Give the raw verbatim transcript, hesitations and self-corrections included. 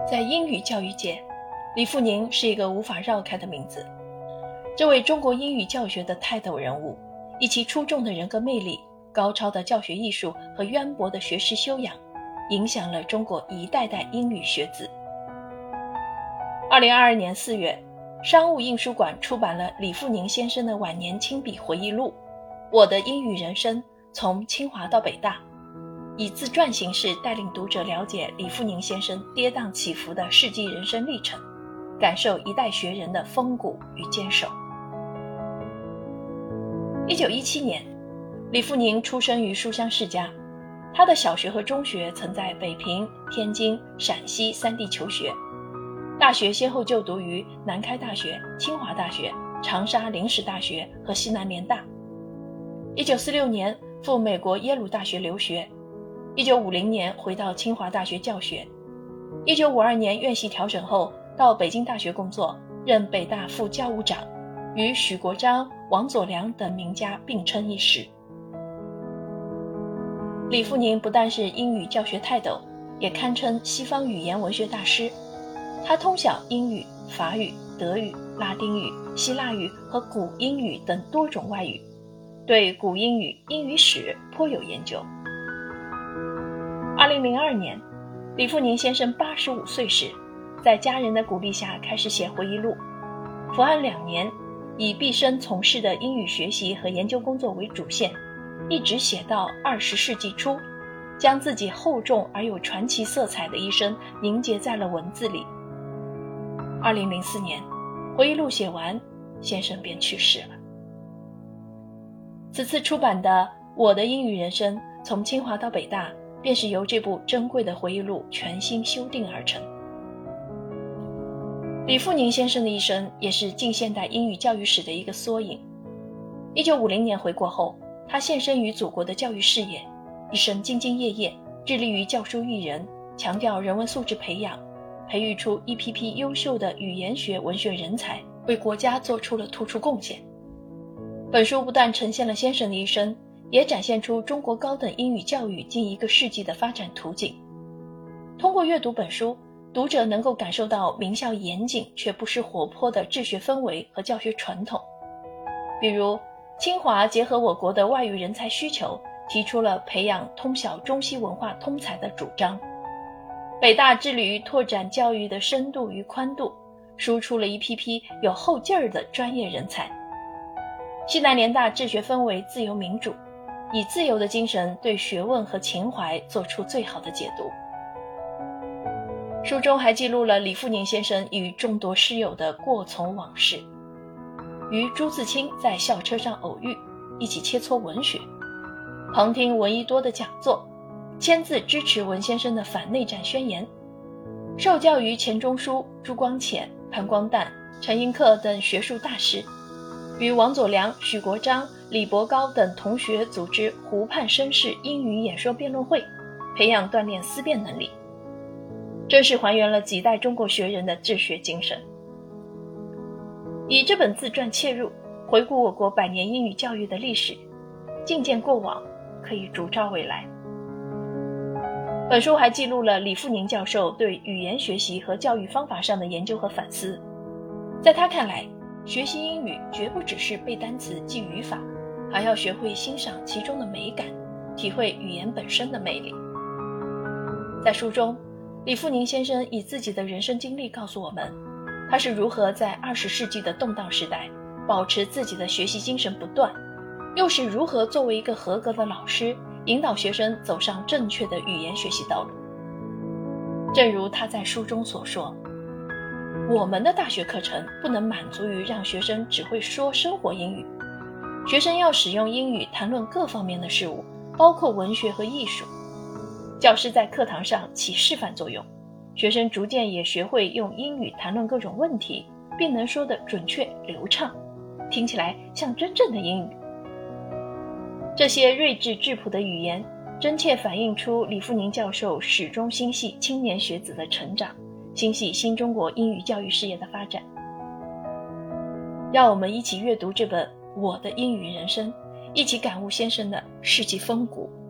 在英语教育界，李富宁是一个无法绕开的名字。这位中国英语教学的泰斗人物，以其出众的人格魅力、高超的教学艺术和渊博的学识修养，影响了中国一代代英语学子。二零二二年四月，商务印书馆出版了李富宁先生的晚年亲笔回忆录《我的英语人生：从清华到北大》，以自传形式带领读者了解李富宁先生跌宕起伏的世纪人生历程，感受一代学人的风骨与坚守。一九一七年，李富宁出生于书香世家，他的小学和中学曾在北平、天津、陕西三地求学，大学先后就读于南开大学、清华大学、长沙临时大学和西南联大。一九四六年赴美国耶鲁大学留学，一九五零年回到清华大学教学，一九五二年院系调整后到北京大学工作，任北大副教务长，与许国璋、王佐良等名家并称一时。李富宁不但是英语教学泰斗，也堪称西方语言文学大师。他通晓英语、法语、德语、拉丁语、希腊语和古英语等多种外语，对古英语、英语史颇有研究。二零零二年，李富宁先生八十五岁时，在家人的鼓励下开始写回忆录。伏案两年，以毕生从事的英语学习和研究工作为主线，一直写到二十世纪初，将自己厚重而有传奇色彩的一生凝结在了文字里。二零零四年，回忆录写完，先生便去世了。此次出版的《我的英语人生：从清华到北大》便是由这部珍贵的回忆录全新修订而成。李富宁先生的一生也是近现代英语教育史的一个缩影。一九五零年回国后，他献身于祖国的教育事业，一生兢兢业业，致力于教书育人，强调人文素质培养，培育出一批批优秀的语言学文学人才，为国家做出了突出贡献。本书不但呈现了先生的一生，也展现出中国高等英语教育近一个世纪的发展图景。通过阅读本书，读者能够感受到名校严谨却不失活泼的治学氛围和教学传统。比如，清华结合我国的外语人才需求，提出了培养通晓中西文化通才的主张。北大致力于拓展教育的深度与宽度，输出了一批批有后劲儿的专业人才。西南联大治学氛围自由民主，以自由的精神对学问和情怀做出最好的解读。书中还记录了李富宁先生与众多师友的过从往事，与朱自清在校车上偶遇，一起切磋文学，旁听闻一多的讲座，签字支持文先生的反内战宣言，受教于钱钟书、朱光潜、潘光旦、陈寅恪等学术大师，与王佐良、许国璋、李伯高等同学组织湖畔绅士英语演说辩论会，培养锻炼思辨能力，真是还原了几代中国学人的治学精神。以这本自传切入，回顾我国百年英语教育的历史，借鉴过往，可以烛照未来。本书还记录了李富宁教授对语言学习和教育方法上的研究和反思。在他看来，学习英语绝不只是背单词记语法，还要学会欣赏其中的美感，体会语言本身的魅力。在书中，李富宁先生以自己的人生经历告诉我们，他是如何在二十世纪的动荡时代保持自己的学习精神不断，又是如何作为一个合格的老师引导学生走上正确的语言学习道路。正如他在书中所说，我们的大学课程不能满足于让学生只会说生活英语，学生要使用英语谈论各方面的事物，包括文学和艺术。教师在课堂上起示范作用，学生逐渐也学会用英语谈论各种问题，并能说得准确流畅，听起来像真正的英语。这些睿智质朴的语言，真切反映出李富宁教授始终心系青年学子的成长，心系新中国英语教育事业的发展。让我们一起阅读这本《我的英语人生》，一起感悟先生的世纪风骨。